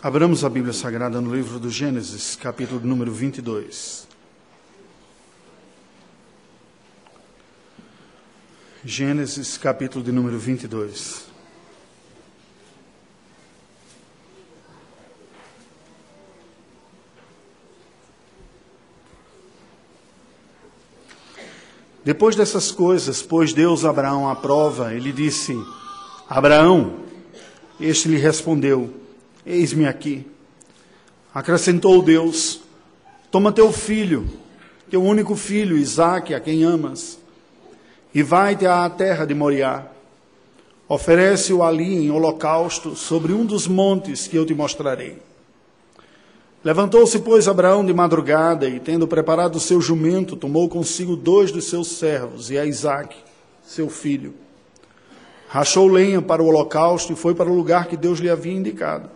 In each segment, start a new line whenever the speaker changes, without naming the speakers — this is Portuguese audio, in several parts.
Abramos a Bíblia Sagrada no livro do Gênesis, capítulo número 22. Gênesis, capítulo de número 22. Depois dessas coisas, pôs Deus Abraão à prova, ele disse: Abraão, este lhe respondeu: Eis-me aqui. Acrescentou Deus: Toma teu filho, teu único filho, Isaque, a quem amas, e vai-te à terra de Moriá. Oferece-o ali em holocausto sobre um dos montes que eu te mostrarei. Levantou-se, pois, Abraão de madrugada, e tendo preparado o seu jumento, tomou consigo 2 dos seus servos e a Isaque, seu filho. Rachou lenha para o holocausto e foi para o lugar que Deus lhe havia indicado.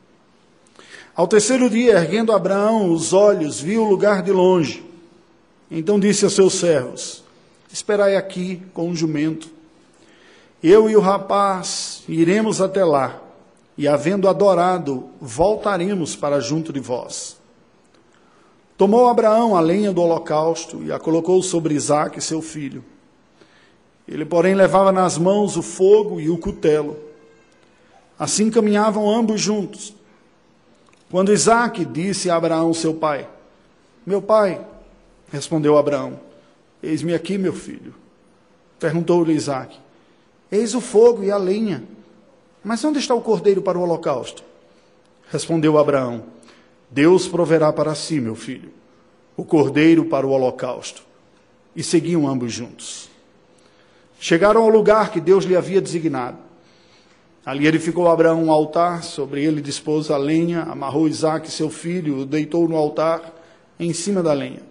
Ao terceiro dia, erguendo Abraão os olhos, viu o lugar de longe. Então disse a seus servos: Esperai aqui com o jumento. Eu e o rapaz iremos até lá, e havendo adorado, voltaremos para junto de vós. Tomou Abraão a lenha do holocausto e a colocou sobre Isaque, seu filho. Ele, porém, levava nas mãos o fogo e o cutelo. Assim caminhavam ambos juntos. Quando Isaque disse a Abraão, seu pai: Meu pai, respondeu Abraão: Eis-me aqui, meu filho. Perguntou-lhe Isaque: Eis o fogo e a lenha, mas onde está o cordeiro para o holocausto? Respondeu Abraão: Deus proverá para si, meu filho, o cordeiro para o holocausto. E seguiam ambos juntos. Chegaram ao lugar que Deus lhe havia designado. Ali edificou Abraão um altar, sobre ele dispôs a lenha, amarrou Isaque, seu filho, o deitou no altar, em cima da lenha.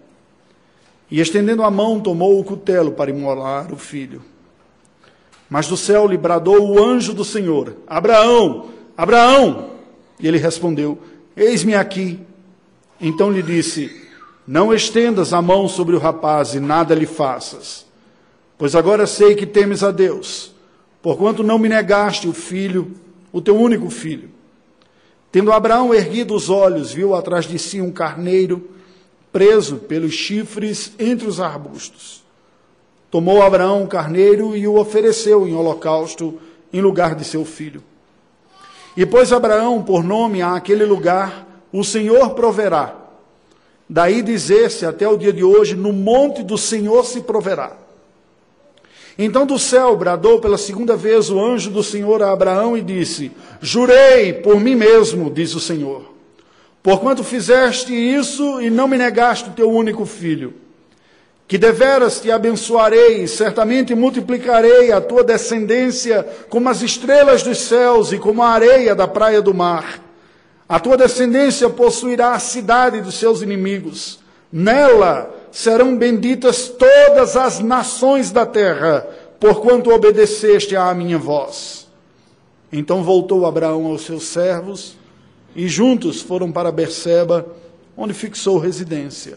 E estendendo a mão, tomou o cutelo para imolar o filho. Mas do céu lhe bradou o anjo do Senhor: Abraão, Abraão! E ele respondeu: Eis-me aqui. Então lhe disse: Não estendas a mão sobre o rapaz e nada lhe faças, pois agora sei que temes a Deus, porquanto não me negaste o filho, o teu único filho. Tendo Abraão erguido os olhos, viu atrás de si um carneiro, preso pelos chifres entre os arbustos. Tomou Abraão o carneiro e o ofereceu em holocausto em lugar de seu filho. E pôs Abraão por nome àquele lugar: O Senhor proverá. Daí dizer-se até o dia de hoje: No monte do Senhor se proverá. Então do céu bradou pela segunda vez o anjo do Senhor a Abraão e disse: Jurei por mim mesmo, diz o Senhor, porquanto fizeste isso e não me negaste o teu único filho, que deveras te abençoarei, e certamente multiplicarei a tua descendência como as estrelas dos céus e como a areia da praia do mar. A tua descendência possuirá a cidade dos seus inimigos. Nela serão benditas todas as nações da terra, porquanto obedeceste à minha voz. Então voltou Abraão aos seus servos, e juntos foram para Berseba, onde fixou residência.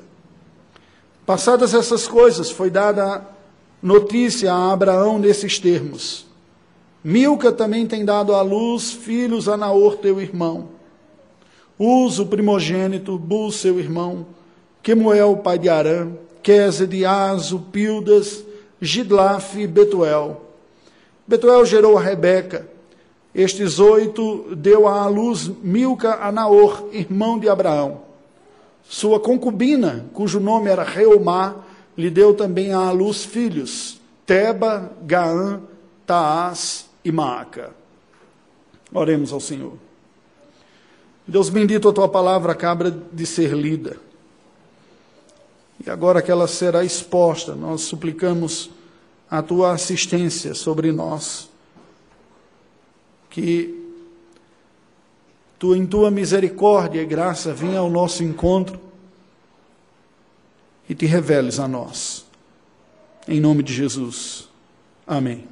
Passadas essas coisas, foi dada notícia a Abraão nesses termos: Milca também tem dado à luz filhos a Naor, teu irmão. Uz, o primogênito, Buz, seu irmão, Quemuel, pai de Arã, Quésed, Azo, Pildas, Gidlaf e Betuel. Betuel gerou a Rebeca. Estes 8 deu à luz Milca a Naor, irmão de Abraão. Sua concubina, cujo nome era Reumá, lhe deu também à luz filhos: Teba, Gaã, Taás e Maaca. Oremos ao Senhor. Deus bendito, a tua palavra acaba de ser lida. E agora que ela será exposta, nós suplicamos a tua assistência sobre nós, que tu, em tua misericórdia e graça, venha ao nosso encontro e te reveles a nós. Em nome de Jesus. Amém.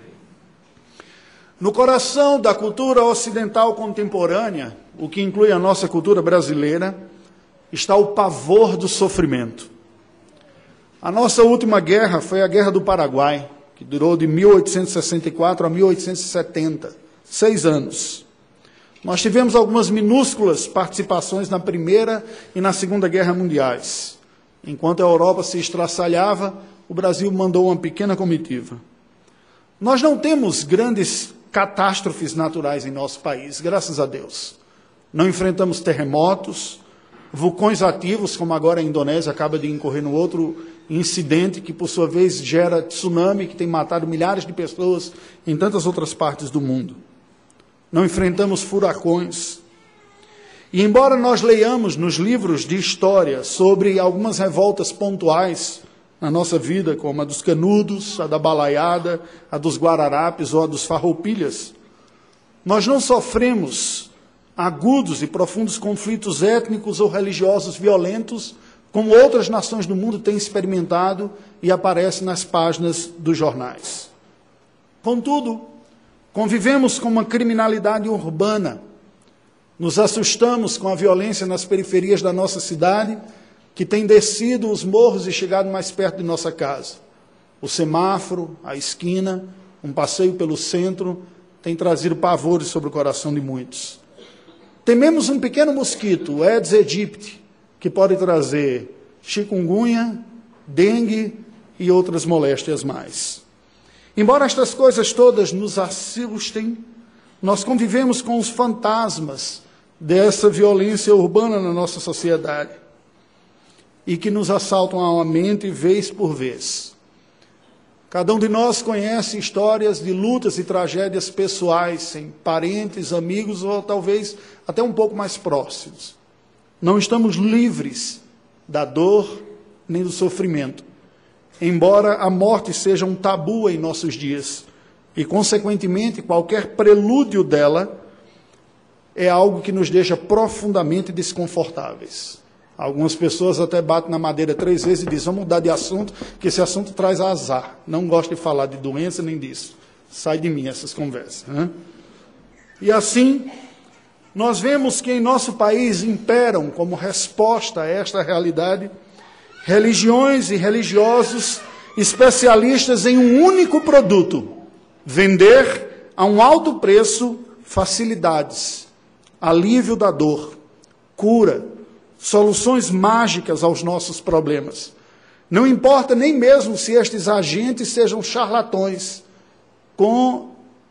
No coração da cultura ocidental contemporânea, o que inclui a nossa cultura brasileira, está o pavor do sofrimento. A nossa última guerra foi a Guerra do Paraguai, que durou de 1864 a 1870, 6 anos. Nós tivemos algumas minúsculas participações na Primeira e na Segunda Guerra Mundiais. Enquanto a Europa se estraçalhava, o Brasil mandou uma pequena comitiva. Nós não temos grandes catástrofes naturais em nosso país, graças a Deus. Não enfrentamos terremotos, vulcões ativos, como agora a Indonésia acaba de incorrer no outro incidente, que por sua vez gera tsunami, que tem matado milhares de pessoas em tantas outras partes do mundo. Não enfrentamos furacões. E embora nós leiamos nos livros de história sobre algumas revoltas pontuais na nossa vida, como a dos Canudos, a da Balaiada, a dos Guararapes ou a dos Farroupilhas, nós não sofremos agudos e profundos conflitos étnicos ou religiosos violentos, como outras nações do mundo têm experimentado e aparecem nas páginas dos jornais. Contudo, convivemos com uma criminalidade urbana, nos assustamos com a violência nas periferias da nossa cidade, que tem descido os morros e chegado mais perto de nossa casa. O semáforo, a esquina, um passeio pelo centro, tem trazido pavores sobre o coração de muitos. Tememos um pequeno mosquito, o Aedes aegypti, que pode trazer chikungunya, dengue e outras moléstias mais. Embora estas coisas todas nos assustem, nós convivemos com os fantasmas dessa violência urbana na nossa sociedade e que nos assaltam a mente vez por vez. Cada um de nós conhece histórias de lutas e tragédias pessoais, em parentes, amigos ou talvez até um pouco mais próximos. Não estamos livres da dor nem do sofrimento, embora a morte seja um tabu em nossos dias e, consequentemente, qualquer prelúdio dela é algo que nos deixa profundamente desconfortáveis. Algumas pessoas até batem na madeira 3 vezes e dizem: vamos mudar de assunto, que esse assunto traz azar. Não gosto de falar de doença nem disso. Sai de mim essas conversas. Né? E assim, nós vemos que em nosso país imperam, como resposta a esta realidade, religiões e religiosos especialistas em um único produto: vender a um alto preço facilidades, alívio da dor, cura, soluções mágicas aos nossos problemas. Não importa nem mesmo se estes agentes sejam charlatões, com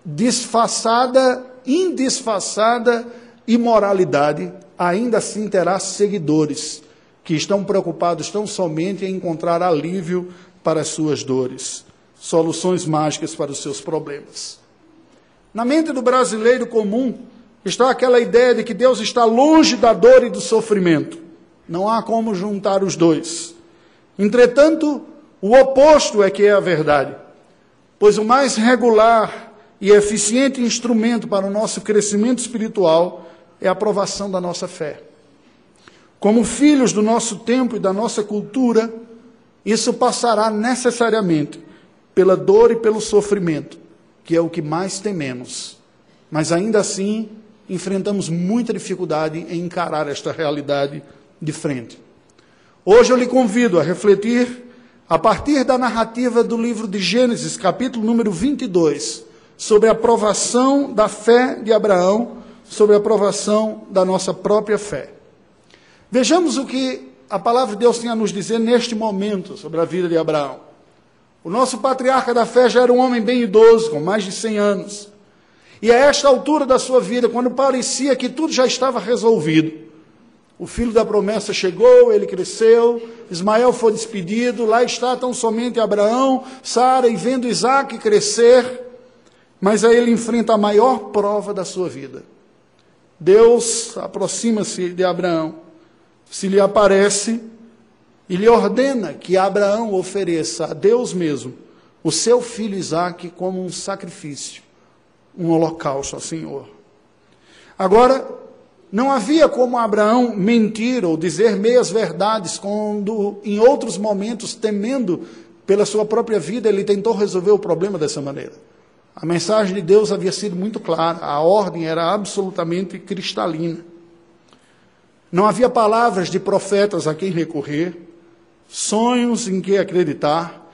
indisfarçada imoralidade, ainda assim terá seguidores que estão preocupados tão somente em encontrar alívio para as suas dores, soluções mágicas para os seus problemas. Na mente do brasileiro comum está aquela ideia de que Deus está longe da dor e do sofrimento. Não há como juntar os dois. Entretanto, o oposto é que é a verdade, pois o mais regular e eficiente instrumento para o nosso crescimento espiritual é a provação da nossa fé. Como filhos do nosso tempo e da nossa cultura, isso passará necessariamente pela dor e pelo sofrimento, que é o que mais tememos. Mas ainda assim, enfrentamos muita dificuldade em encarar esta realidade de frente. Hoje eu lhe convido a refletir, a partir da narrativa do livro de Gênesis, capítulo número 22, sobre a provação da fé de Abraão, sobre a provação da nossa própria fé. Vejamos o que a palavra de Deus tem a nos dizer neste momento sobre a vida de Abraão. O nosso patriarca da fé já era um homem bem idoso, com mais de 100 anos. E a esta altura da sua vida, quando parecia que tudo já estava resolvido, o filho da promessa chegou, ele cresceu, Ismael foi despedido, lá está tão somente Abraão, Sara, e vendo Isaque crescer, mas aí ele enfrenta a maior prova da sua vida. Deus aproxima-se de Abraão, se lhe aparece e lhe ordena que Abraão ofereça a Deus mesmo o seu filho Isaque como um sacrifício, um holocausto ao Senhor. Agora, não havia como Abraão mentir ou dizer meias verdades quando, em outros momentos, temendo pela sua própria vida, ele tentou resolver o problema dessa maneira. A mensagem de Deus havia sido muito clara, a ordem era absolutamente cristalina. Não havia palavras de profetas a quem recorrer, sonhos em que acreditar,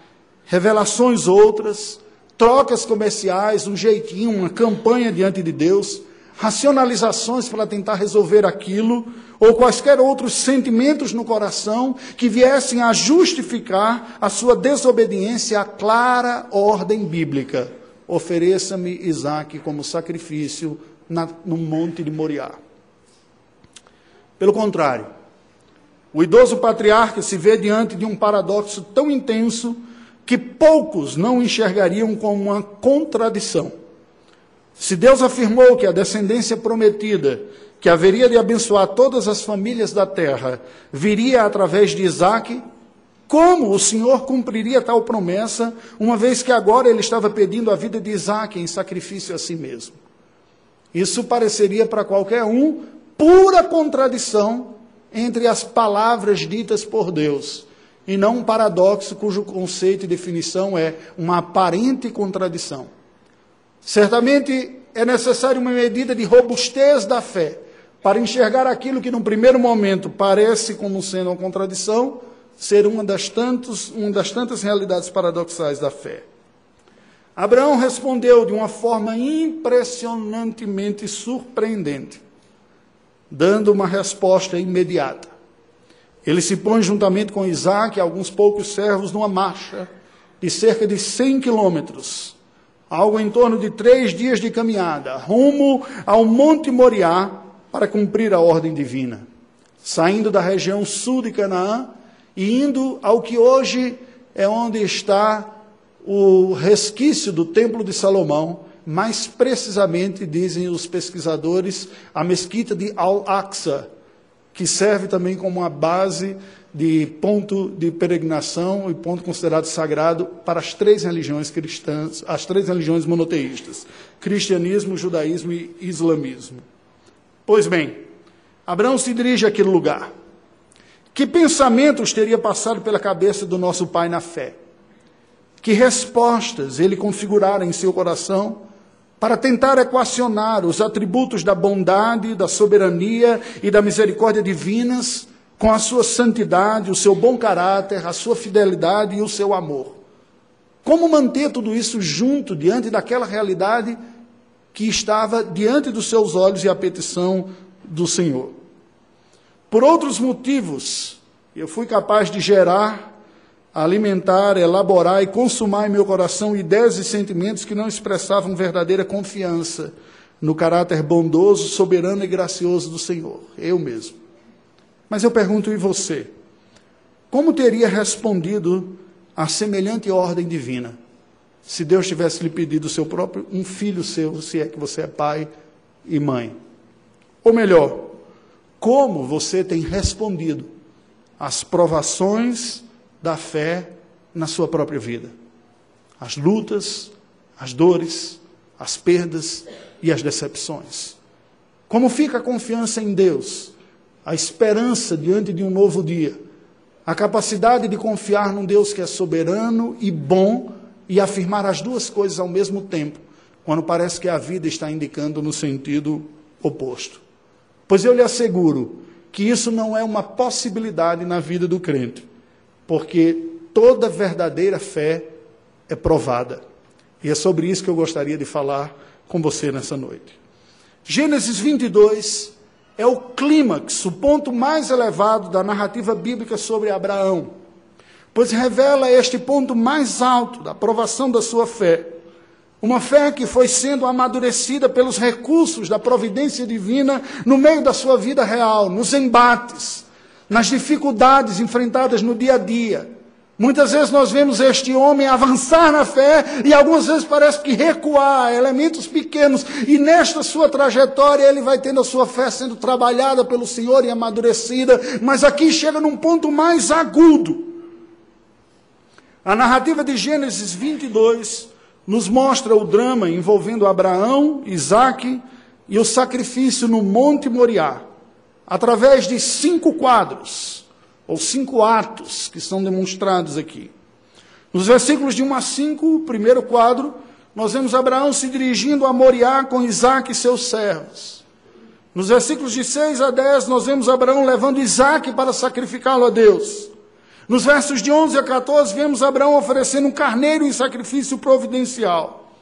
revelações outras, trocas comerciais, um jeitinho, uma campanha diante de Deus. racionalizações para tentar resolver aquilo, ou quaisquer outros sentimentos no coração que viessem a justificar a sua desobediência à clara ordem bíblica. Ofereça-me Isaque como sacrifício no monte de Moriá. Pelo contrário, o idoso patriarca se vê diante de um paradoxo tão intenso que poucos não enxergariam como uma contradição. Se Deus afirmou que a descendência prometida, que haveria de abençoar todas as famílias da terra, viria através de Isaque, como o Senhor cumpriria tal promessa, uma vez que agora ele estava pedindo a vida de Isaque em sacrifício a si mesmo? Isso pareceria para qualquer um pura contradição entre as palavras ditas por Deus, e não um paradoxo cujo conceito e definição é uma aparente contradição. Certamente é necessário uma medida de robustez da fé para enxergar aquilo que, num primeiro momento, parece como sendo uma contradição, ser uma das tantas realidades paradoxais da fé. Abraão respondeu de uma forma impressionantemente surpreendente, dando uma resposta imediata. Ele se põe juntamente com Isaque e alguns poucos servos numa marcha de cerca de 100 quilômetros, algo em torno de 3 dias de caminhada, rumo ao Monte Moriá para cumprir a ordem divina, saindo da região sul de Canaã e indo ao que hoje é onde está o resquício do Templo de Salomão, mais precisamente, dizem os pesquisadores, a mesquita de Al-Aqsa, que serve também como uma base de ponto de peregrinação e ponto considerado sagrado para as 3 religiões cristãs, as 3 religiões monoteístas, cristianismo, judaísmo e islamismo. Pois bem, Abraão se dirige àquele lugar. Que pensamentos teria passado pela cabeça do nosso pai na fé? Que respostas ele configurara em seu coração para tentar equacionar os atributos da bondade, da soberania e da misericórdia divinas com a sua santidade, o seu bom caráter, a sua fidelidade e o seu amor? Como manter tudo isso junto diante daquela realidade que estava diante dos seus olhos e a petição do Senhor? Por outros motivos, eu fui capaz de gerar, alimentar, elaborar e consumar em meu coração ideias e sentimentos que não expressavam verdadeira confiança no caráter bondoso, soberano e gracioso do Senhor, eu mesmo. Mas eu pergunto, e você? Como teria respondido a semelhante ordem divina, se Deus tivesse lhe pedido um filho seu, se é que você é pai e mãe? Ou melhor, como você tem respondido às provações da fé na sua própria vida? As lutas, as dores, as perdas e as decepções. Como fica a confiança em Deus, a esperança diante de um novo dia, a capacidade de confiar num Deus que é soberano e bom e afirmar as duas coisas ao mesmo tempo, quando parece que a vida está indicando no sentido oposto? Pois eu lhe asseguro que isso não é uma possibilidade na vida do crente, porque toda verdadeira fé é provada. E é sobre isso que eu gostaria de falar com você nessa noite. Gênesis 22 é o clímax, o ponto mais elevado da narrativa bíblica sobre Abraão, pois revela este ponto mais alto da provação da sua fé. Uma fé que foi sendo amadurecida pelos recursos da providência divina no meio da sua vida real, nos embates, nas dificuldades enfrentadas no dia a dia. Muitas vezes nós vemos este homem avançar na fé e algumas vezes parece que recuar, elementos pequenos. E nesta sua trajetória ele vai tendo a sua fé sendo trabalhada pelo Senhor e amadurecida. Mas aqui chega num ponto mais agudo. A narrativa de Gênesis 22 nos mostra o drama envolvendo Abraão, Isaque e o sacrifício no Monte Moriá, através de 5 quadros, ou 5 atos que são demonstrados aqui. Nos versículos de 1 a 5, o primeiro quadro, nós vemos Abraão se dirigindo a Moriá com Isaque e seus servos. Nos versículos de 6 a 10, nós vemos Abraão levando Isaque para sacrificá-lo a Deus. Nos versos de 11 a 14, vemos Abraão oferecendo um carneiro em sacrifício providencial.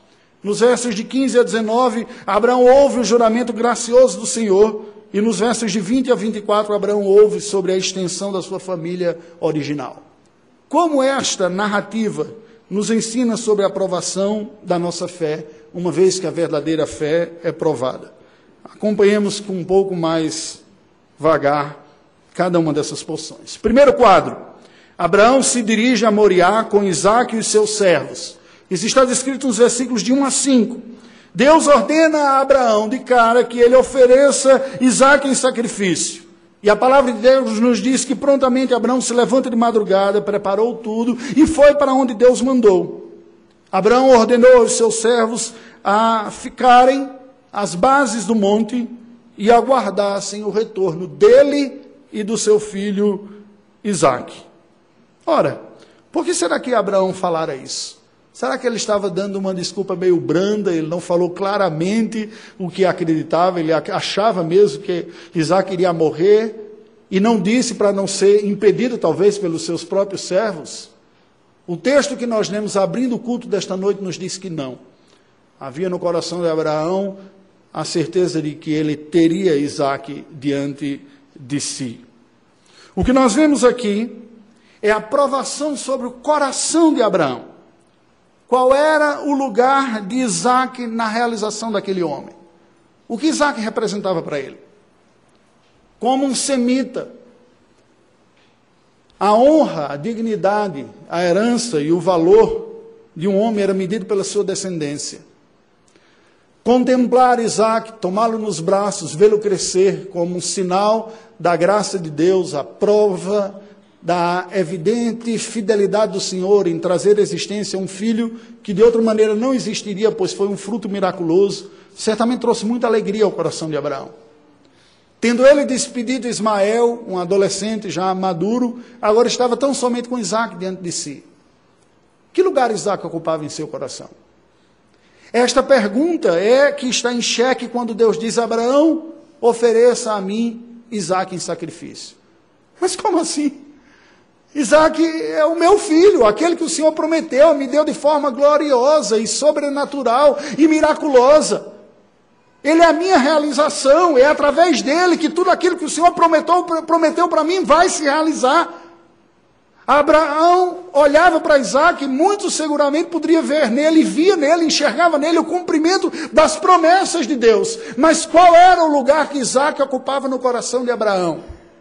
Nos versos de 15 a 19, Abraão ouve o juramento gracioso do Senhor. E nos versos de 20 a 24, Abraão ouve sobre a extensão da sua família original. Como esta narrativa nos ensina sobre a aprovação da nossa fé, uma vez que a verdadeira fé é provada. Acompanhemos com um pouco mais vagar cada uma dessas porções. Primeiro quadro, Abraão se dirige a Moriá com Isaque e os seus servos. Isso está descrito nos versículos de 1 a 5. Deus ordena a Abraão de cara que ele ofereça Isaque em sacrifício. E a palavra de Deus nos diz que prontamente Abraão se levanta de madrugada, preparou tudo e foi para onde Deus mandou. Abraão ordenou aos seus servos a ficarem às bases do monte e aguardassem o retorno dele e do seu filho Isaque. Ora, por que será que Abraão falara isso? Será que ele estava dando uma desculpa meio branda? Ele não falou claramente o que acreditava, ele achava mesmo que Isaque iria morrer e não disse para não ser impedido, talvez, pelos seus próprios servos? O texto que nós lemos abrindo o culto desta noite nos diz que não. Havia no coração de Abraão a certeza de que ele teria Isaque diante de si. O que nós vemos aqui é a provação sobre o coração de Abraão. Qual era o lugar de Isaque na realização daquele homem? O que Isaque representava para ele? Como um semita, a honra, a dignidade, a herança e o valor de um homem era medido pela sua descendência. Contemplar Isaque, tomá-lo nos braços, vê-lo crescer como um sinal da graça de Deus, a prova da evidente fidelidade do Senhor em trazer à existência um filho que de outra maneira não existiria, pois foi um fruto miraculoso, certamente trouxe muita alegria ao coração de Abraão. Tendo ele despedido Ismael, um adolescente já maduro, agora estava tão somente com Isaque diante de si. Que lugar Isaque ocupava em seu coração? Esta pergunta é que está em xeque quando Deus diz a Abraão, ofereça a mim Isaque em sacrifício. Mas como assim? Isaque é o meu filho, aquele que o Senhor prometeu, me deu de forma gloriosa e sobrenatural e miraculosa. Ele é a minha realização, é através dele que tudo aquilo que o Senhor prometeu para mim vai se realizar. Abraão olhava para Isaque e muito seguramente poderia ver nele, via nele, enxergava nele o cumprimento das promessas de Deus. Mas qual era o lugar que Isaque ocupava no coração de Abraão?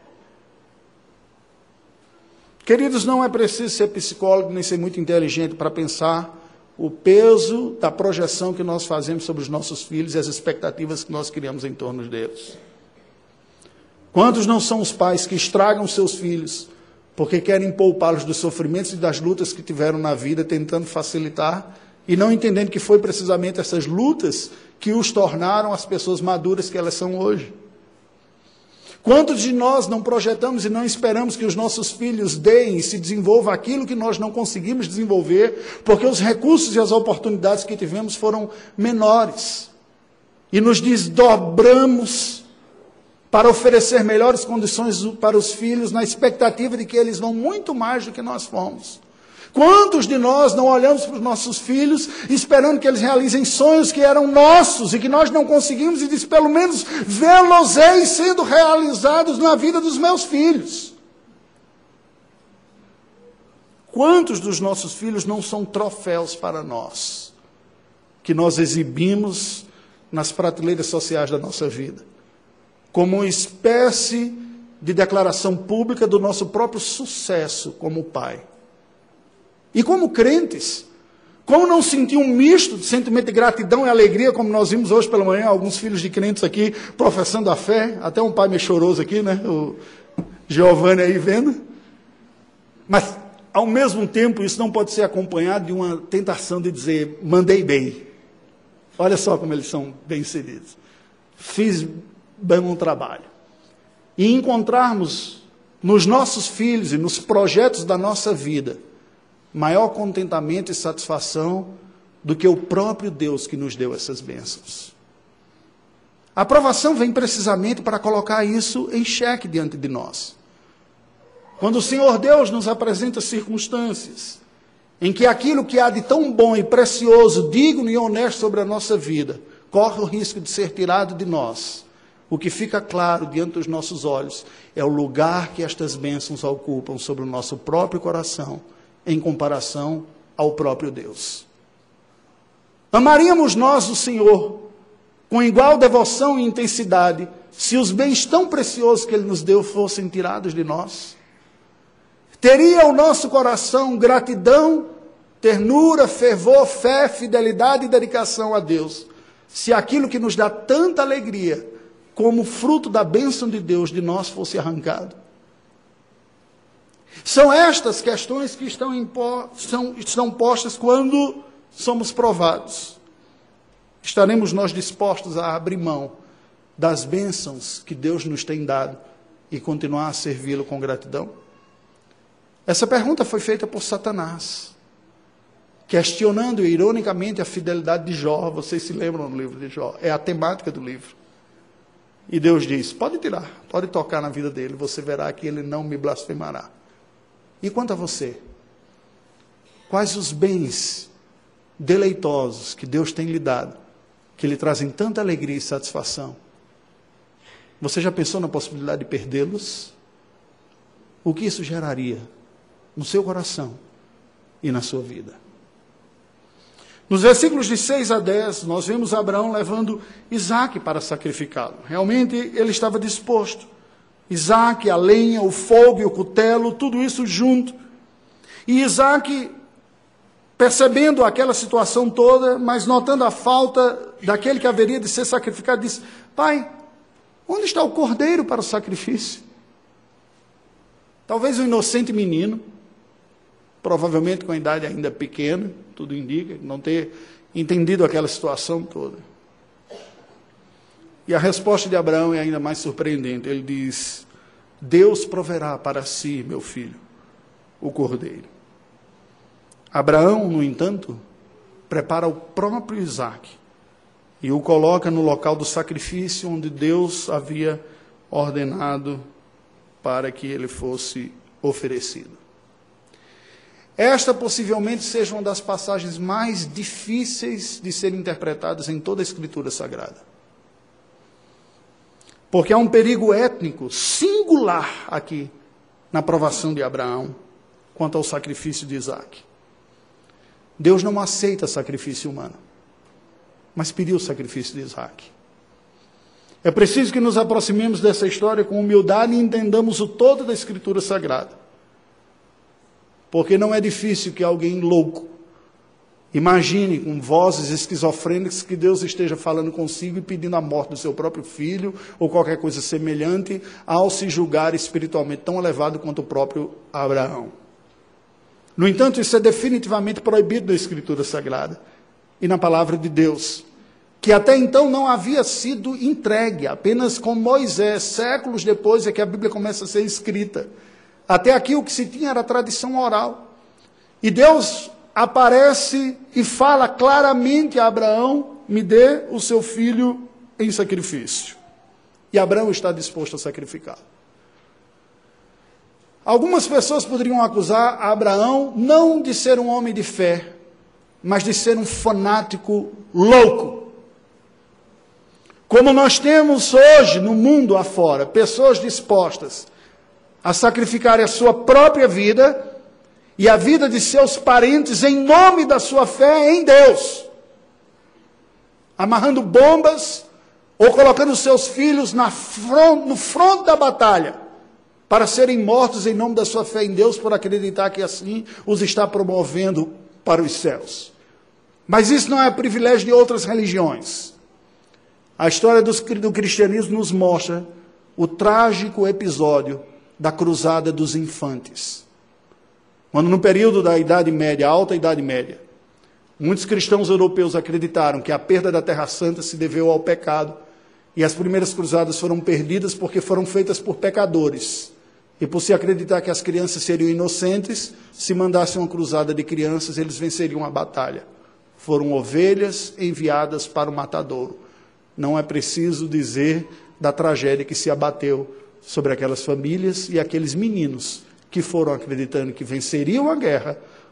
Queridos, não é preciso ser psicólogo nem ser muito inteligente para pensar o peso da projeção que nós fazemos sobre os nossos filhos e as expectativas que nós criamos em torno deles. Quantos não são os pais que estragam seus filhos porque querem poupá-los dos sofrimentos e das lutas que tiveram na vida, tentando facilitar e não entendendo que foi precisamente essas lutas que os tornaram as pessoas maduras que elas são hoje? Quantos de nós não projetamos e não esperamos que os nossos filhos deem e se desenvolvam aquilo que nós não conseguimos desenvolver, porque os recursos e as oportunidades que tivemos foram menores? E nos desdobramos para oferecer melhores condições para os filhos, na expectativa de que eles vão muito mais do que nós fomos. Quantos de nós não olhamos para os nossos filhos esperando que eles realizem sonhos que eram nossos e que nós não conseguimos e diz, pelo menos vê-los sendo realizados na vida dos meus filhos? Quantos dos nossos filhos não são troféus para nós, que nós exibimos nas prateleiras sociais da nossa vida, como uma espécie de declaração pública do nosso próprio sucesso como pai? E como crentes, como não sentir um misto de sentimento de gratidão e alegria, como nós vimos hoje pela manhã, alguns filhos de crentes aqui professando a fé, até um pai meio choroso aqui, né? O Giovanni aí vendo. Mas, ao mesmo tempo, isso não pode ser acompanhado de uma tentação de dizer, mandei bem. Olha só como eles são bem-sucedidos. Fiz bem um trabalho. E encontrarmos nos nossos filhos e nos projetos da nossa vida maior contentamento e satisfação do que o próprio Deus que nos deu essas bênçãos. A aprovação vem precisamente para colocar isso em xeque diante de nós. Quando o Senhor Deus nos apresenta circunstâncias em que aquilo que há de tão bom e precioso, digno e honesto sobre a nossa vida, corre o risco de ser tirado de nós, o que fica claro diante dos nossos olhos é o lugar que estas bênçãos ocupam sobre o nosso próprio coração, em comparação ao próprio Deus. Amaríamos nós o Senhor com igual devoção e intensidade se os bens tão preciosos que Ele nos deu fossem tirados de nós? Teria o nosso coração gratidão, ternura, fervor, fé, fidelidade e dedicação a Deus, se aquilo que nos dá tanta alegria, como fruto da bênção de Deus, de nós fosse arrancado? São estas questões que estão postas quando somos provados. Estaremos nós dispostos a abrir mão das bênçãos que Deus nos tem dado e continuar a servi-lo com gratidão? Essa pergunta foi feita por Satanás, questionando ironicamente a fidelidade de Jó. Vocês se lembram do livro de Jó? É a temática do livro. E Deus diz: pode tirar, pode tocar na vida dele, você verá que ele não me blasfemará. E quanto a você? Quais os bens deleitosos que Deus tem lhe dado, que lhe trazem tanta alegria e satisfação? Você já pensou na possibilidade de perdê-los? O que isso geraria no seu coração e na sua vida? Nos versículos de 6 a 10, nós vemos Abraão levando Isaque para sacrificá-lo. Realmente ele estava disposto. Isaque, a lenha, o fogo e o cutelo, tudo isso junto. E Isaque, percebendo aquela situação toda, mas notando a falta daquele que haveria de ser sacrificado, disse: pai, onde está o cordeiro para o sacrifício? Talvez um inocente menino, provavelmente com a idade ainda pequena, tudo indica, não ter entendido aquela situação toda. E a resposta de Abraão é ainda mais surpreendente. Ele diz: Deus proverá para si, meu filho, o cordeiro. Abraão, no entanto, prepara o próprio Isaque e o coloca no local do sacrifício onde Deus havia ordenado para que ele fosse oferecido. Esta possivelmente seja uma das passagens mais difíceis de serem interpretadas em toda a Escritura Sagrada. Porque há um perigo étnico singular aqui na provação de Abraão quanto ao sacrifício de Isaque. Deus não aceita sacrifício humano, mas pediu o sacrifício de Isaque. É preciso que nos aproximemos dessa história com humildade e entendamos o todo da Escritura Sagrada. Porque não é difícil que alguém louco imagine com vozes esquizofrênicas que Deus esteja falando consigo e pedindo a morte do seu próprio filho ou qualquer coisa semelhante, ao se julgar espiritualmente tão elevado quanto o próprio Abraão. No entanto, isso é definitivamente proibido na Escritura Sagrada e na Palavra de Deus, que até então não havia sido entregue. Apenas com Moisés, séculos depois, é que a Bíblia começa a ser escrita. Até aqui o que se tinha era a tradição oral. E Deus aparece e fala claramente a Abraão: me dê o seu filho em sacrifício. E Abraão está disposto a sacrificá-lo. Algumas pessoas poderiam acusar Abraão não de ser um homem de fé, mas de ser um fanático louco. Como nós temos hoje no mundo afora, pessoas dispostas a sacrificarem a sua própria vida e a vida de seus parentes em nome da sua fé em Deus, amarrando bombas ou colocando seus filhos no fronte da batalha para serem mortos em nome da sua fé em Deus, por acreditar que assim os está promovendo para os céus. Mas isso não é privilégio de outras religiões. A história do cristianismo nos mostra o trágico episódio da cruzada dos infantes. Quando no período da Idade Média, a Alta Idade Média, muitos cristãos europeus acreditaram que a perda da Terra Santa se deveu ao pecado, e as primeiras cruzadas foram perdidas porque foram feitas por pecadores. E por se acreditar que as crianças seriam inocentes, se mandassem uma cruzada de crianças, eles venceriam a batalha. Foram ovelhas enviadas para o matadouro. Não é preciso dizer da tragédia que se abateu sobre aquelas famílias e aqueles meninos que foram acreditando que venceriam a guerra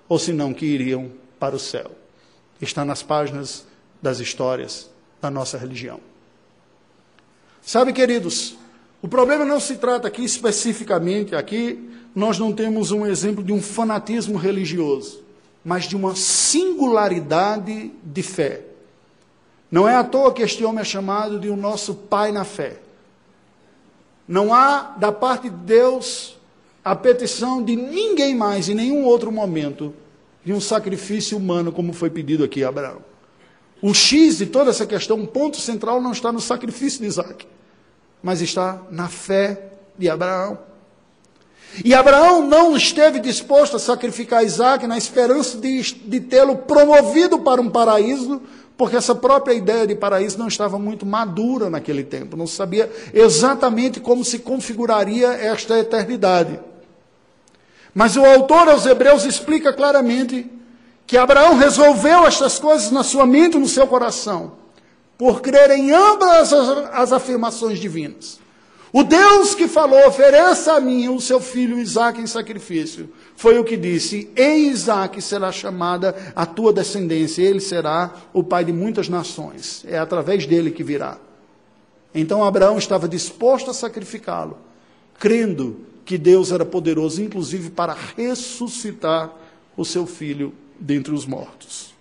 ou senão que iriam para o céu. Está nas páginas das histórias da nossa religião. Sabe, queridos, o problema não se trata aqui especificamente, aqui nós não temos um exemplo de um fanatismo religioso, mas de uma singularidade de fé. Não é à toa que este homem é chamado de o nosso pai na fé. Não há, da parte de Deus, a petição de ninguém mais, em nenhum outro momento, de um sacrifício humano, como foi pedido aqui a Abraão. O X de toda essa questão, um ponto central, não está no sacrifício de Isaac, mas está na fé de Abraão. E Abraão não esteve disposto a sacrificar Isaac na esperança de tê-lo promovido para um paraíso, porque essa própria ideia de paraíso não estava muito madura naquele tempo, não sabia exatamente como se configuraria esta eternidade. Mas o autor aos Hebreus explica claramente que Abraão resolveu estas coisas na sua mente e no seu coração, por crer em ambas as afirmações divinas. O Deus que falou, ofereça a mim o seu filho Isaque em sacrifício, foi o que disse, em Isaque será chamada a tua descendência, ele será o pai de muitas nações, é através dele que virá. Então Abraão estava disposto a sacrificá-lo, crendo que Deus era poderoso, inclusive para ressuscitar o seu filho dentre os mortos.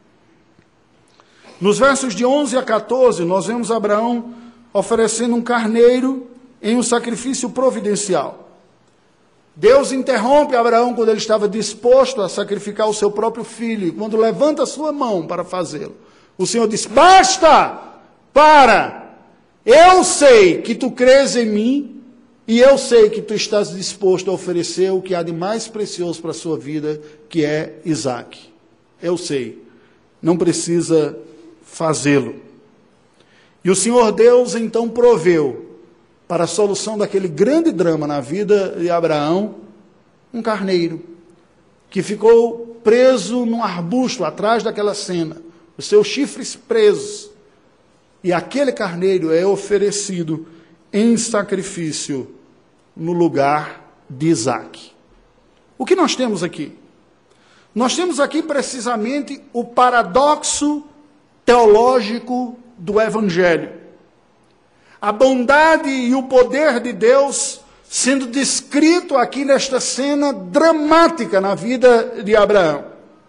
Nos versos de 11 a 14, nós vemos Abraão oferecendo um carneiro em um sacrifício providencial. Deus interrompe Abraão quando ele estava disposto a sacrificar o seu próprio filho, e quando levanta a sua mão para fazê-lo, o Senhor diz, basta, para, eu sei que tu crês em mim, e eu sei que tu estás disposto a oferecer o que há de mais precioso para a sua vida, que é Isaque. Eu sei, não precisa fazê-lo. E o Senhor Deus então proveu, para a solução daquele grande drama na vida de Abraão, um carneiro, que ficou preso num arbusto atrás daquela cena, os seus chifres presos, e aquele carneiro é oferecido em sacrifício no lugar de Isaque. O que nós temos aqui? Nós temos aqui precisamente o paradoxo teológico do Evangelho. A bondade e o poder de Deus sendo descrito aqui nesta cena dramática na vida de Abraão.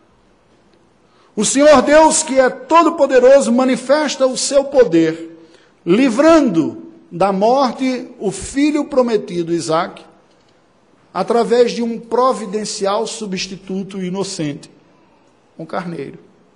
O Senhor Deus, que é todo-poderoso, manifesta o seu poder, livrando da morte o filho prometido, Isaque, através de um providencial substituto inocente, um carneiro.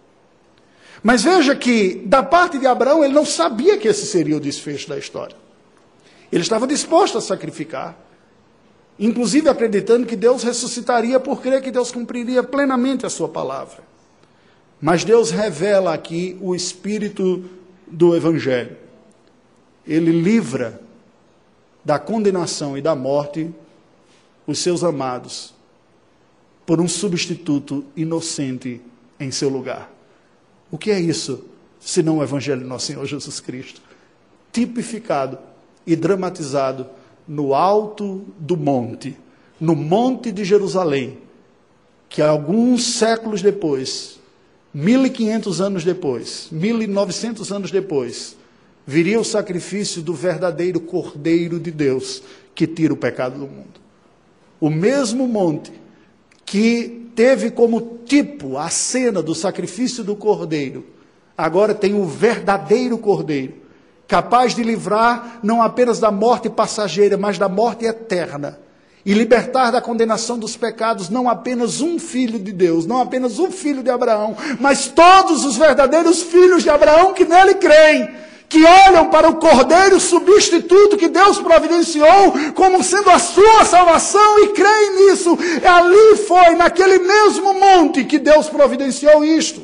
Mas veja que, da parte de Abraão, ele não sabia que esse seria o desfecho da história. Ele estava disposto a sacrificar, inclusive acreditando que Deus ressuscitaria por crer que Deus cumpriria plenamente a sua palavra. Mas Deus revela aqui o espírito do Evangelho. Ele livra da condenação e da morte os seus amados por um substituto inocente em seu lugar. O que é isso, senão o Evangelho de nosso Senhor Jesus Cristo, tipificado e dramatizado no alto do monte, no monte de Jerusalém, que alguns séculos depois, 1500 anos depois, 1900 anos depois, viria o sacrifício do verdadeiro Cordeiro de Deus, que tira o pecado do mundo. O mesmo monte que teve como tipo a cena do sacrifício do Cordeiro, agora tem o verdadeiro Cordeiro, capaz de livrar não apenas da morte passageira, mas da morte eterna, e libertar da condenação dos pecados não apenas um filho de Deus, não apenas um filho de Abraão, mas todos os verdadeiros filhos de Abraão que nele creem, que olham para o Cordeiro substituto que Deus providenciou como sendo a sua salvação e creem nisso. Ali foi, naquele mesmo monte, que Deus providenciou isto.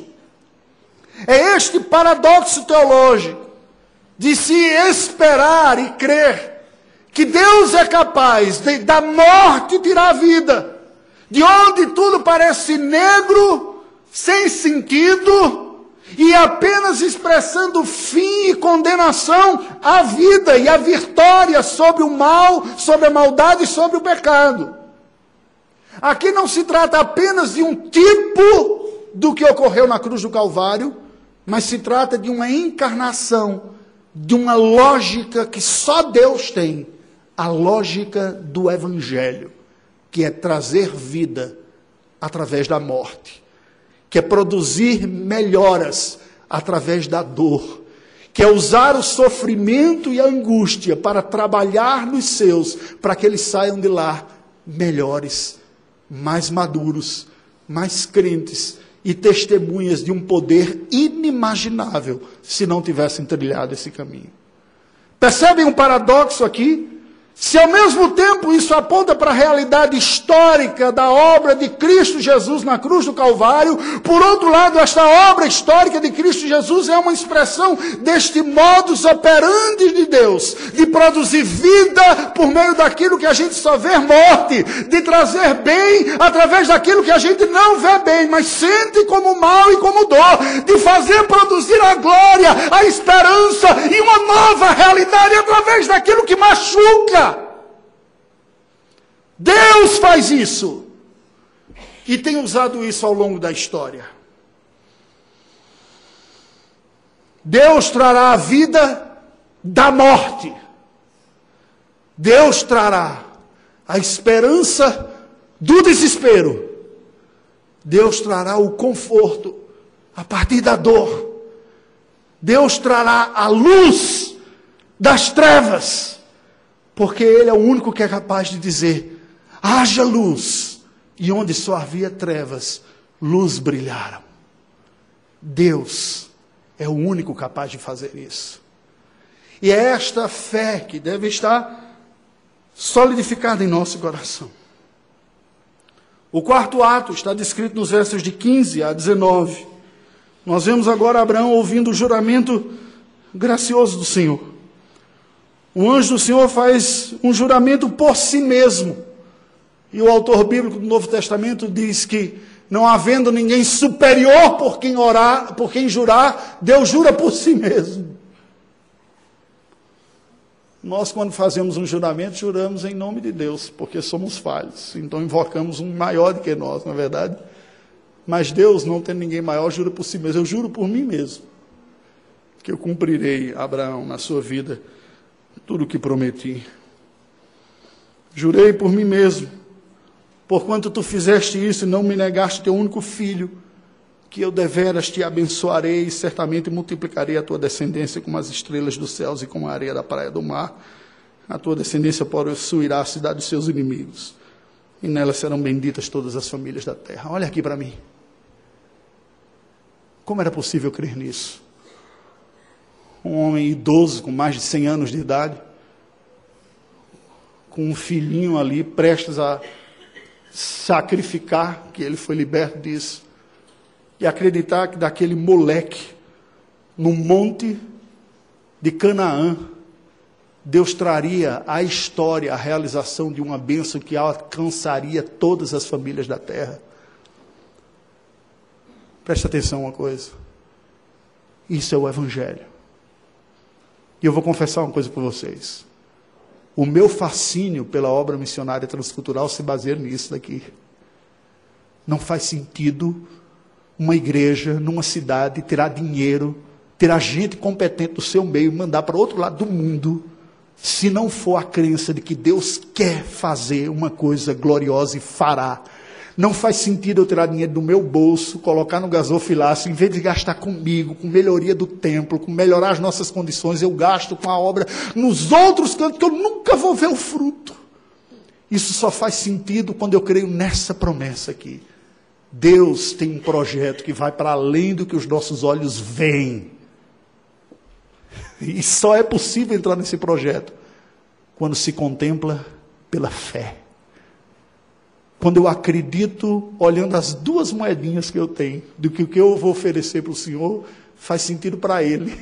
É este paradoxo teológico de se esperar e crer que Deus é capaz da morte tirar a vida, de onde tudo parece negro, sem sentido, e apenas expressando fim e condenação à vida e à vitória sobre o mal, sobre a maldade e sobre o pecado. Aqui não se trata apenas de um tipo do que ocorreu na cruz do Calvário, mas se trata de uma encarnação, de uma lógica que só Deus tem, a lógica do Evangelho, que é trazer vida através da morte, que é produzir melhoras através da dor, que é usar o sofrimento e a angústia para trabalhar nos seus, para que eles saiam de lá melhores, mais maduros, mais crentes e testemunhas de um poder inimaginável, se não tivessem trilhado esse caminho. Percebem um paradoxo aqui? Se ao mesmo tempo isso aponta para a realidade histórica da obra de Cristo Jesus na cruz do Calvário, por outro lado, esta obra histórica de Cristo Jesus é uma expressão deste modus operandi de Deus, de produzir vida por meio daquilo que a gente só vê morte, de trazer bem através daquilo que a gente não vê bem, mas sente como mal e como dor, de fazer produzir a glória, a esperança e uma nova realidade através daquilo que machuca. Deus faz isso e tem usado isso ao longo da história. Deus trará a vida da morte. Deus trará a esperança do desespero. Deus trará o conforto a partir da dor. Deus trará a luz das trevas, porque Ele é o único que é capaz de dizer: haja luz, e onde só havia trevas, luz brilharam. Deus é o único capaz de fazer isso. E é esta fé que deve estar solidificada em nosso coração. O quarto ato está descrito nos versos de 15 a 19. Nós vemos agora Abraão ouvindo o juramento gracioso do Senhor. O anjo do Senhor faz um juramento por si mesmo. E o autor bíblico do Novo Testamento diz que, não havendo ninguém superior por quem jurar, Deus jura por si mesmo. Nós, quando fazemos um juramento, juramos em nome de Deus, porque somos falhos. Então invocamos um maior do que nós, não é verdade? Mas Deus, não tendo ninguém maior, jura por si mesmo. Eu juro por mim mesmo, que eu cumprirei, Abraão, na sua vida, tudo o que prometi. Jurei por mim mesmo, porquanto tu fizeste isso e não me negaste teu único filho, que eu deveras te abençoarei e certamente multiplicarei a tua descendência como as estrelas dos céus e como a areia da praia do mar. A tua descendência possuirá a cidade dos seus inimigos, e nela serão benditas todas as famílias da terra. Olha aqui para mim. Como era possível crer nisso? Um homem idoso, com mais de 100 anos de idade, com um filhinho ali, prestes a sacrificar, que ele foi liberto disso, e acreditar que daquele moleque, no monte de Canaã, Deus traria à história a realização de uma bênção que alcançaria todas as famílias da terra. Preste atenção uma coisa, isso é o Evangelho. E eu vou confessar uma coisa para vocês. O meu fascínio pela obra missionária transcultural se baseia nisso daqui. Não faz sentido uma igreja, numa cidade, tirar dinheiro, tirar gente competente do seu meio e mandar para o outro lado do mundo, se não for a crença de que Deus quer fazer uma coisa gloriosa e fará. Não faz sentido eu tirar dinheiro do meu bolso, colocar no gasofilácio, em vez de gastar comigo, com melhoria do templo, com melhorar as nossas condições, eu gasto com a obra nos outros cantos que eu nunca vou ver o fruto. Isso só faz sentido quando eu creio nessa promessa aqui. Deus tem um projeto que vai para além do que os nossos olhos veem. E só é possível entrar nesse projeto quando se contempla pela fé. Quando eu acredito, olhando as duas moedinhas que eu tenho, do que o que eu vou oferecer para o Senhor, faz sentido para Ele.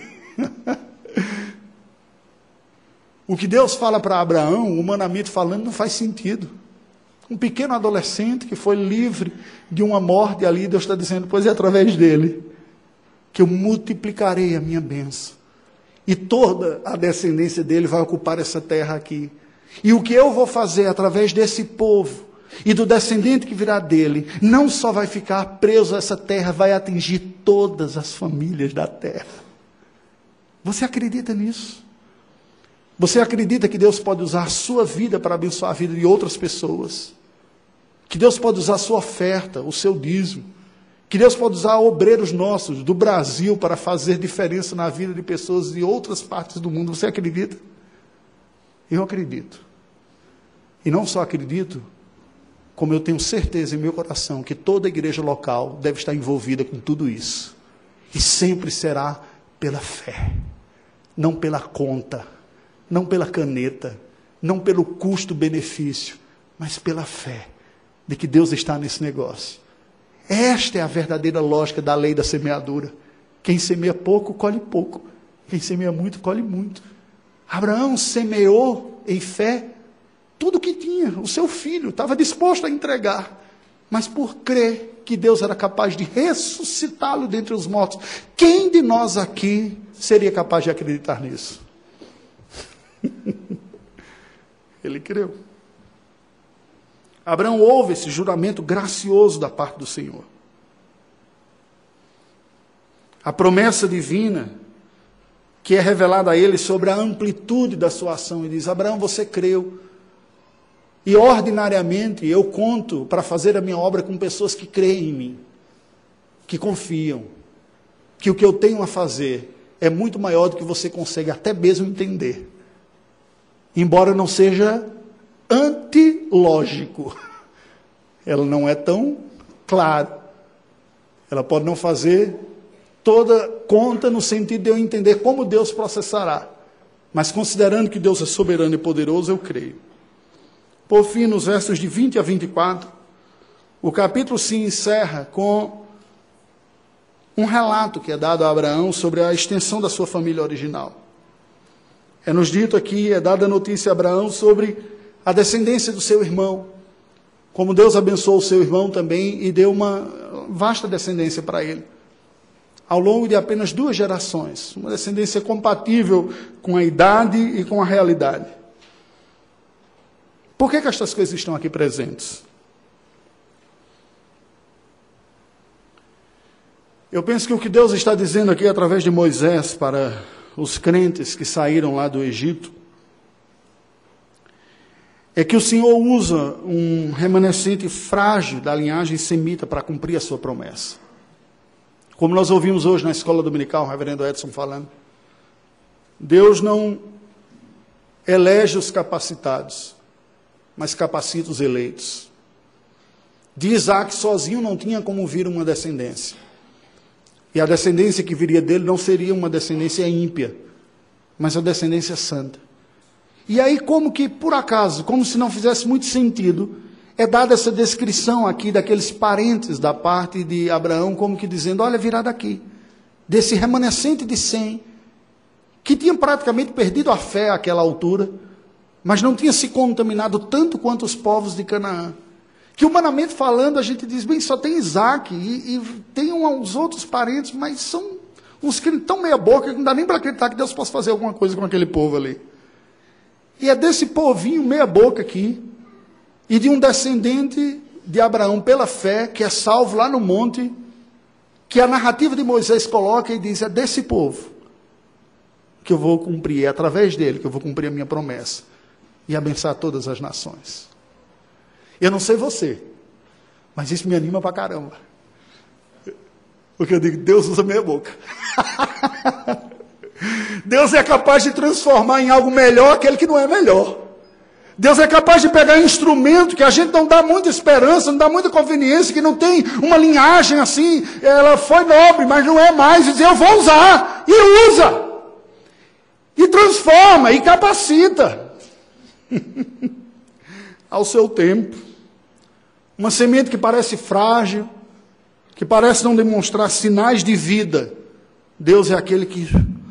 O que Deus fala para Abraão, humanamente falando, não faz sentido. Um pequeno adolescente que foi livre de uma morte ali, Deus está dizendo, pois é através dele que eu multiplicarei a minha bênção. E toda a descendência dele vai ocupar essa terra aqui. E o que eu vou fazer através desse povo, e do descendente que virá dele, não só vai ficar preso a essa terra, vai atingir todas as famílias da terra. Você acredita nisso? Você acredita que Deus pode usar a sua vida para abençoar a vida de outras pessoas? Que Deus pode usar a sua oferta, o seu dízimo? Que Deus pode usar obreiros nossos do Brasil para fazer diferença na vida de pessoas de outras partes do mundo? Você acredita? Eu acredito. E não só acredito, como eu tenho certeza em meu coração que toda igreja local deve estar envolvida com tudo isso. E sempre será pela fé, não pela conta, não pela caneta, não pelo custo-benefício, mas pela fé de que Deus está nesse negócio. Esta é a verdadeira lógica da lei da semeadura. Quem semeia pouco, colhe pouco. Quem semeia muito, colhe muito. Abraão semeou em fé tudo o que tinha, o seu filho, estava disposto a entregar, mas por crer que Deus era capaz de ressuscitá-lo dentre os mortos. Quem de nós aqui seria capaz de acreditar nisso? Ele creu. Abraão ouve esse juramento gracioso da parte do Senhor. A promessa divina que é revelada a ele sobre a amplitude da sua ação. Ele diz: Abraão, você creu. E ordinariamente eu conto para fazer a minha obra com pessoas que creem em mim, que confiam, que o que eu tenho a fazer é muito maior do que você consegue até mesmo entender. Embora não seja antilógico, ela não é tão clara. Ela pode não fazer toda conta no sentido de eu entender como Deus processará. Mas considerando que Deus é soberano e poderoso, eu creio. Por fim, nos versos de 20 a 24, o capítulo se encerra com um relato que é dado a Abraão sobre a extensão da sua família original. É-nos dito aqui, é dada a notícia a Abraão sobre a descendência do seu irmão, como Deus abençoou o seu irmão também e deu uma vasta descendência para ele, ao longo de apenas 2 gerações, uma descendência compatível com a idade e com a realidade. Por que estas coisas estão aqui presentes? Eu penso que o que Deus está dizendo aqui através de Moisés para os crentes que saíram lá do Egito é que o Senhor usa um remanescente frágil da linhagem semita para cumprir a sua promessa. Como nós ouvimos hoje na escola dominical, o reverendo Edson falando, Deus não elege os capacitados, mas capacita os eleitos. De Isaac sozinho não tinha como vir uma descendência. E a descendência que viria dele não seria uma descendência ímpia, mas uma descendência santa. E aí, como que, por acaso, como se não fizesse muito sentido, é dada essa descrição aqui daqueles parentes da parte de Abraão, como que dizendo: olha, virá daqui, desse remanescente de Sem, que tinha praticamente perdido a fé àquela altura, mas não tinha se contaminado tanto quanto os povos de Canaã. Que humanamente falando, a gente diz, bem, só tem Isaac, e tem uns outros parentes, mas são uns que estão meia boca, que não dá nem para acreditar que Deus possa fazer alguma coisa com aquele povo ali. E é desse povinho meia boca aqui, e de um descendente de Abraão pela fé, que é salvo lá no monte, que a narrativa de Moisés coloca e diz, é desse povo que eu vou cumprir, é através dele que eu vou cumprir a minha promessa e abençoar todas as nações. Eu não sei você, mas isso me anima pra caramba. Porque eu digo, Deus usa meia boca. Deus é capaz de transformar em algo melhor aquele que não é melhor. Deus é capaz de pegar instrumento que a gente não dá muita esperança, não dá muita conveniência, que não tem uma linhagem assim, ela foi nobre, mas não é mais, e dizer, eu vou usar, e usa. E transforma, e capacita. Ao seu tempo. Uma semente que parece frágil, que parece não demonstrar sinais de vida. Deus é aquele que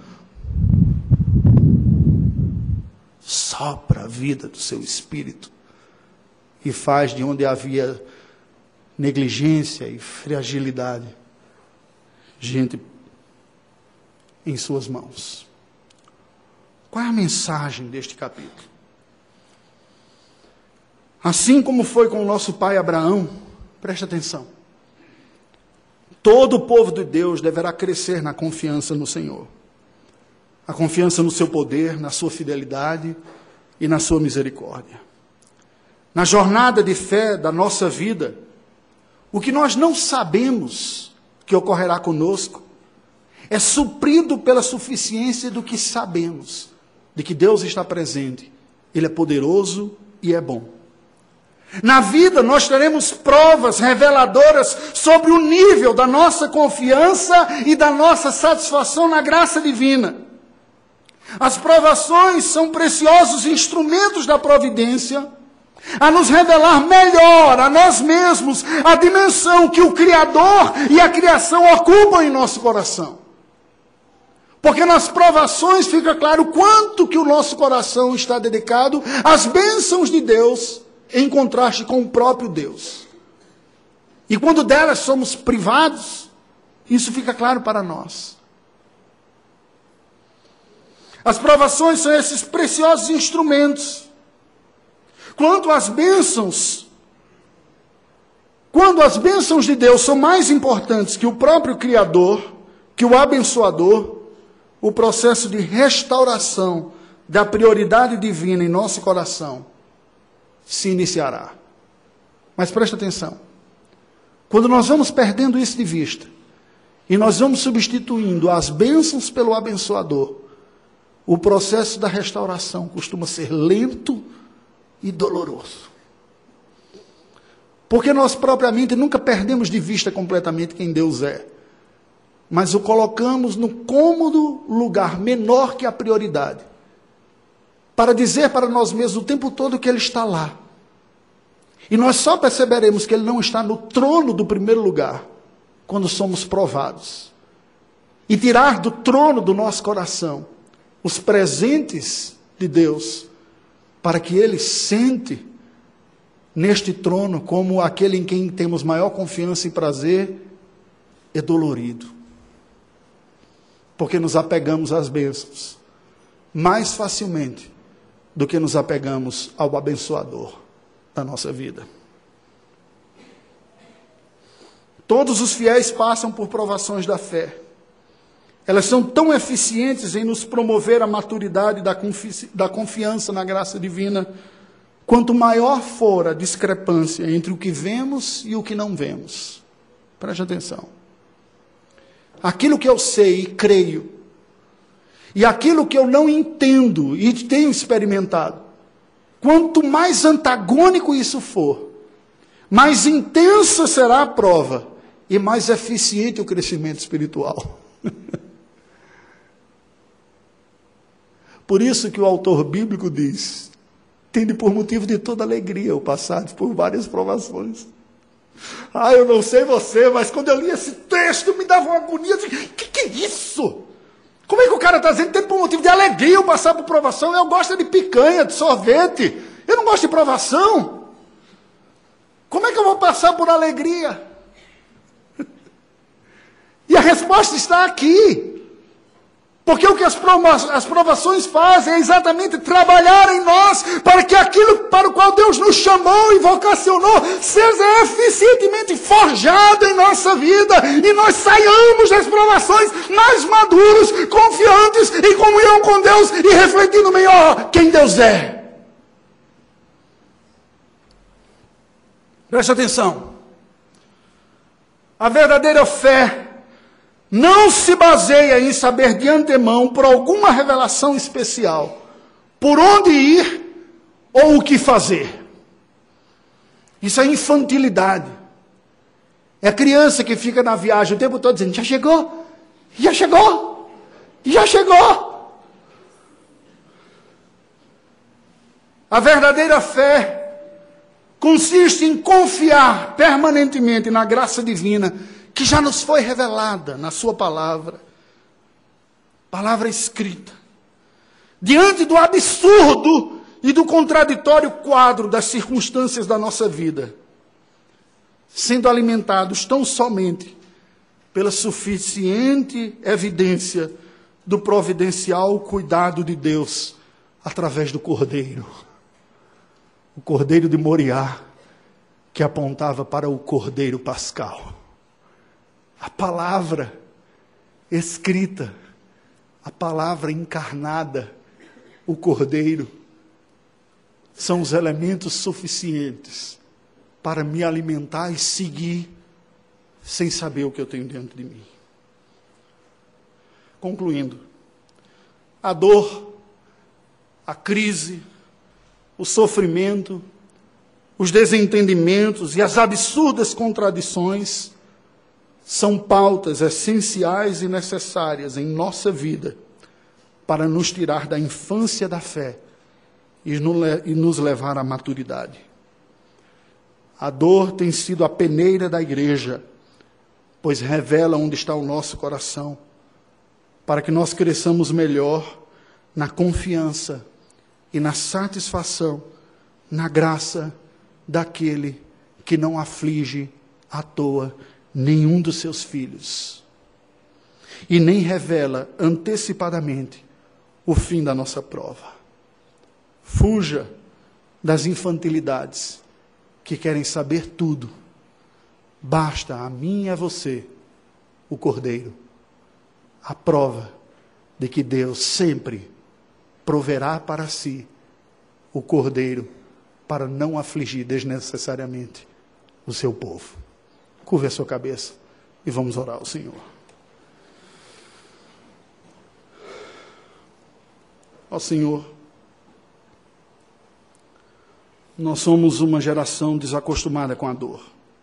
sopra a vida do seu espírito e faz de onde havia negligência e fragilidade, gente em suas mãos. Qual é a mensagem deste capítulo? Assim como foi com o nosso pai Abraão, preste atenção. Todo o povo de Deus deverá crescer na confiança no Senhor. A confiança no seu poder, na sua fidelidade e na sua misericórdia. Na jornada de fé da nossa vida, o que nós não sabemos que ocorrerá conosco é suprido pela suficiência do que sabemos, de que Deus está presente. Ele é poderoso e é bom. Na vida nós teremos provas reveladoras sobre o nível da nossa confiança e da nossa satisfação na graça divina. As provações são preciosos instrumentos da providência a nos revelar melhor a nós mesmos a dimensão que o Criador e a criação ocupam em nosso coração. Porque nas provações fica claro quanto que o nosso coração está dedicado às bênçãos de Deus em contraste com o próprio Deus. E quando delas somos privados, isso fica claro para nós. As provações são esses preciosos instrumentos. Quando as bênçãos de Deus são mais importantes que o próprio Criador, que o abençoador, o processo de restauração da prioridade divina em nosso coração se iniciará. Mas presta atenção. Quando nós vamos perdendo isso de vista, e nós vamos substituindo as bênçãos pelo abençoador, o processo da restauração costuma ser lento e doloroso. Porque nós propriamente nunca perdemos de vista completamente quem Deus é, mas o colocamos no cômodo lugar menor que a prioridade, para dizer para nós mesmos o tempo todo que Ele está lá. E nós só perceberemos que Ele não está no trono do primeiro lugar, quando somos provados. E tirar do trono do nosso coração os presentes de Deus, para que Ele sente neste trono como aquele em quem temos maior confiança e prazer, é dolorido. Porque nos apegamos às bênçãos mais facilmente do que nos apegamos ao abençoador da nossa vida. Todos os fiéis passam por provações da fé. Elas são tão eficientes em nos promover a maturidade da confiança na graça divina, quanto maior for a discrepância entre o que vemos e o que não vemos. Preste atenção. Aquilo que eu sei e creio, e aquilo que eu não entendo e tenho experimentado, quanto mais antagônico isso for, mais intensa será a prova e mais eficiente o crescimento espiritual. Por isso que o autor bíblico diz: tende por motivo de toda alegria o passar por várias provações. Ah, eu não sei você, mas quando eu li esse texto me dava uma agonia. Que é isso? Como é que o cara está dizendo que tende por motivo de alegria o passar por provação? Eu gosto de picanha, de sorvete. Eu não gosto de provação. Como é que eu vou passar por alegria? E a resposta está aqui. Porque o que as provações fazem é exatamente trabalhar em nós para que aquilo para o qual Deus nos chamou e vocacionou seja eficientemente forjado em nossa vida e nós saiamos das provações mais maduros, confiantes, em comunhão com Deus e refletindo melhor quem Deus é. Preste atenção. A verdadeira fé não se baseia em saber de antemão, por alguma revelação especial, por onde ir ou o que fazer. Isso é infantilidade. É a criança que fica na viagem o tempo todo dizendo: já chegou, já chegou, já chegou. A verdadeira fé consiste em confiar permanentemente na graça divina que já nos foi revelada na sua palavra, palavra escrita, diante do absurdo e do contraditório quadro das circunstâncias da nossa vida, sendo alimentados tão somente pela suficiente evidência do providencial cuidado de Deus através do Cordeiro. o cordeiro de Moriá, que apontava para o cordeiro pascal. A palavra escrita, a palavra encarnada, o cordeiro, são os elementos suficientes para me alimentar e seguir sem saber o que eu tenho dentro de mim. Concluindo, a dor, a crise, o sofrimento, os desentendimentos e as absurdas contradições são pautas essenciais e necessárias em nossa vida para nos tirar da infância da fé e nos levar à maturidade. A dor tem sido a peneira da igreja, pois revela onde está o nosso coração, para que nós cresçamos melhor na confiança e na satisfação, na graça daquele que não aflige à toa nenhum dos seus filhos, e nem revela antecipadamente o fim da nossa prova. Fuja das infantilidades que querem saber tudo. Basta a mim e a você o Cordeiro, a prova de que Deus sempre proverá para si o Cordeiro para não afligir desnecessariamente o seu povo. Curve a sua cabeça e vamos orar ao Senhor. Ó Senhor, nós somos uma geração desacostumada com a dor.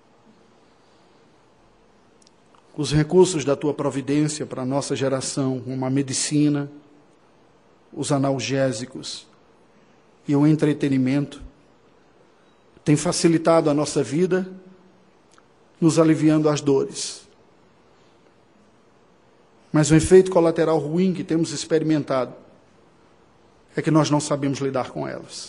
Os recursos da Tua providência para a nossa geração, como a medicina, os analgésicos e o entretenimento, tem facilitado a nossa vida, nos aliviando as dores. Mas o efeito colateral ruim que temos experimentado é que nós não sabemos lidar com elas.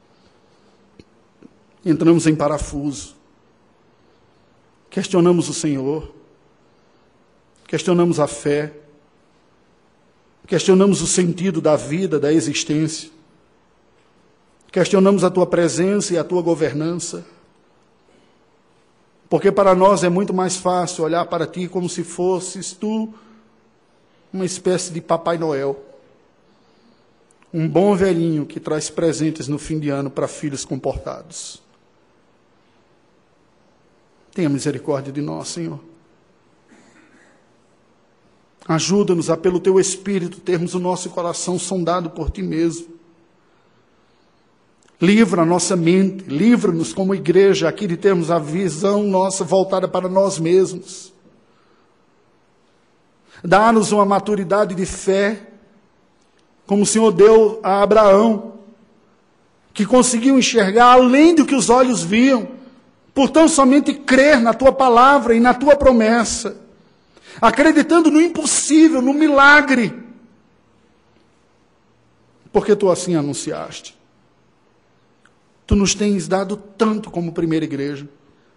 Entramos em parafuso, questionamos o Senhor, questionamos a fé, questionamos o sentido da vida, da existência, questionamos a Tua presença e a Tua governança, porque para nós é muito mais fácil olhar para Ti como se fosses Tu uma espécie de Papai Noel, um bom velhinho que traz presentes no fim de ano para filhos comportados. Tenha misericórdia de nós, Senhor. Ajuda-nos a, pelo Teu Espírito, termos o nosso coração sondado por Ti mesmo. Livra a nossa mente, livra-nos como igreja aqui de termos a visão nossa voltada para nós mesmos. Dá-nos uma maturidade de fé, como o Senhor deu a Abraão, que conseguiu enxergar além do que os olhos viam, por tão somente crer na Tua palavra e na Tua promessa, acreditando no impossível, no milagre, porque Tu assim anunciaste. Tu nos tens dado tanto como primeira igreja.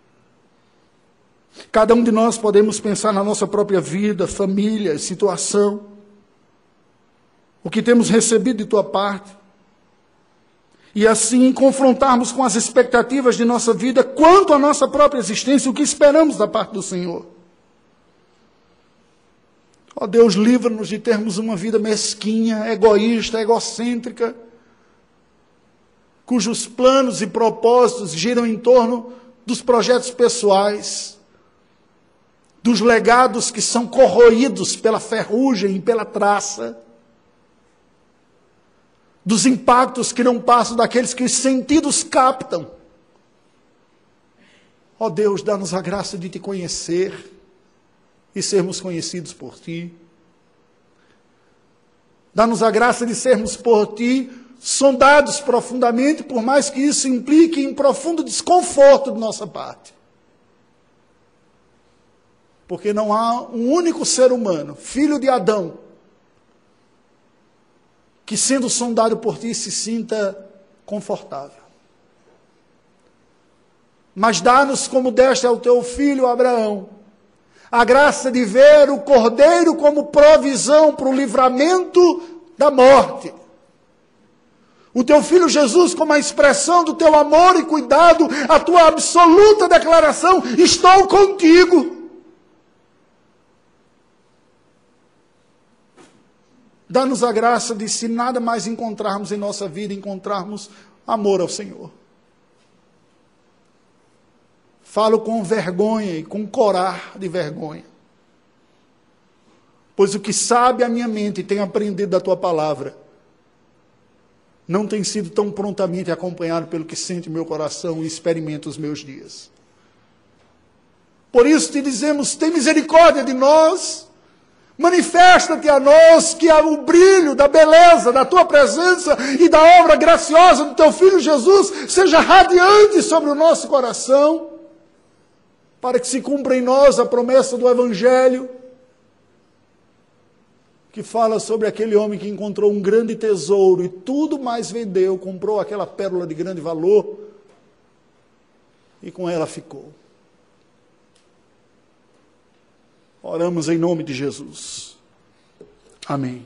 Cada um de nós podemos pensar na nossa própria vida, família, situação, o que temos recebido de Tua parte, e assim confrontarmos com as expectativas de nossa vida quanto à nossa própria existência, o que esperamos da parte do Senhor. Ó Deus, livra-nos de termos uma vida mesquinha, egoísta, egocêntrica, cujos planos e propósitos giram em torno dos projetos pessoais, dos legados que são corroídos pela ferrugem e pela traça, dos impactos que não passam daqueles que os sentidos captam. Ó Deus, dá-nos a graça de Te conhecer e sermos conhecidos por Ti. Dá-nos a graça de sermos por Ti sondados profundamente, por mais que isso implique em profundo desconforto de nossa parte. Porque não há um único ser humano, filho de Adão, que sendo sondado por Ti se sinta confortável. Mas dá-nos, como deste ao Teu filho Abraão, a graça de ver o Cordeiro como provisão para o livramento da morte. O teu Filho Jesus, como a expressão do teu amor e cuidado, a tua absoluta declaração: estou contigo. Dá-nos a graça de, se nada mais encontrarmos em nossa vida, encontrarmos amor ao Senhor. Falo com vergonha e com corar de vergonha. Pois o que sabe a minha mente e tenho aprendido da tua palavra, não tem sido tão prontamente acompanhado pelo que sente meu coração e experimenta os meus dias. Por isso te dizemos: tem misericórdia de nós, manifesta-te a nós, que o brilho da beleza da tua presença e da obra graciosa do teu Filho Jesus seja radiante sobre o nosso coração, para que se cumpra em nós a promessa do Evangelho, que fala sobre aquele homem que encontrou um grande tesouro e tudo mais vendeu, comprou aquela pérola de grande valor e com ela ficou. Oramos em nome de Jesus. Amém.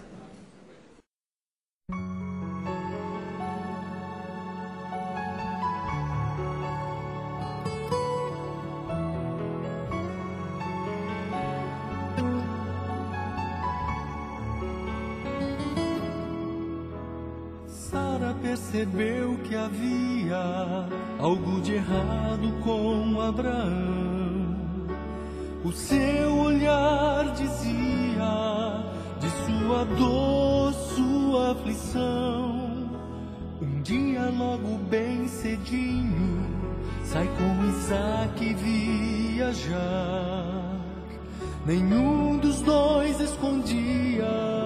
Sara percebeu que havia algo de errado com Abraão. O seu olhar dizia de sua dor, sua aflição. Um dia logo bem cedinho sai com Isaque viajar. Nenhum dos dois escondia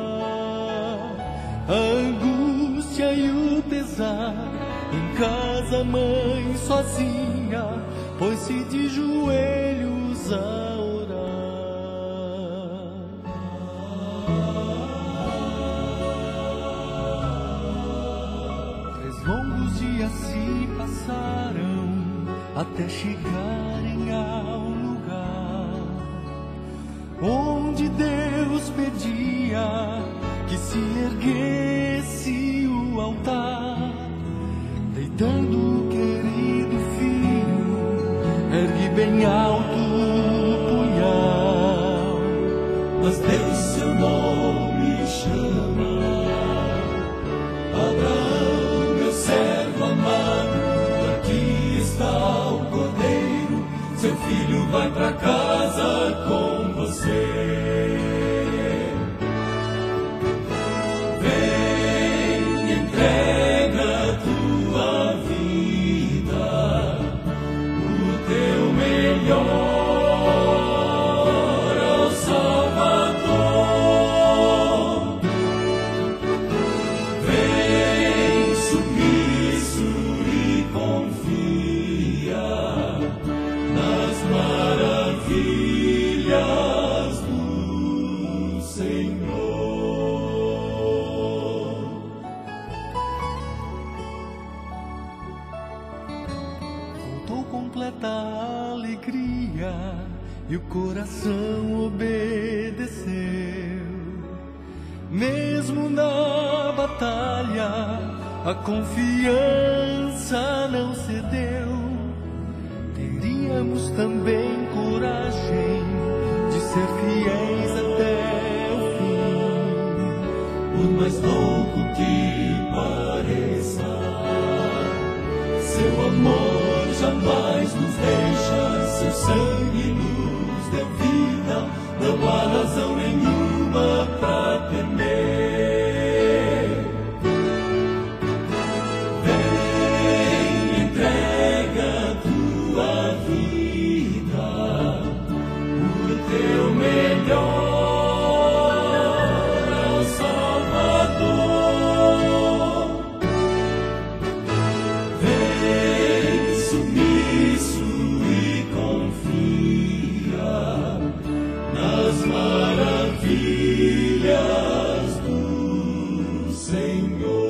a angústia e o pesar. Em casa a mãe sozinha pôs-se de joelhos a longos dias se passaram até chegarem ao lugar onde Deus pedia que se erguesse o altar. Deitando o querido filho, ergue bem alto o punhal, mas Deus seu nome chama. Abraão, servo amado, aqui está o cordeiro, seu filho vai para casa com você. Vem, entrega tua vida, o teu melhor ao Salvador. Vem, submisso e confia nas maravilhas do Senhor. Voltou completa a alegria e o coração obedeceu. Mesmo na batalha, a confiança não cedeu. Teríamos também coragem de ser fiéis até o fim. Por mais louco que pareça, seu amor jamais nos deixa. Seu sangue nos deu vida, não há razão nenhuma pra temer. Vem, entrega tua vida, o teu melhor ao Salvador. Vem, submisso e confia nas maravilhas do Senhor.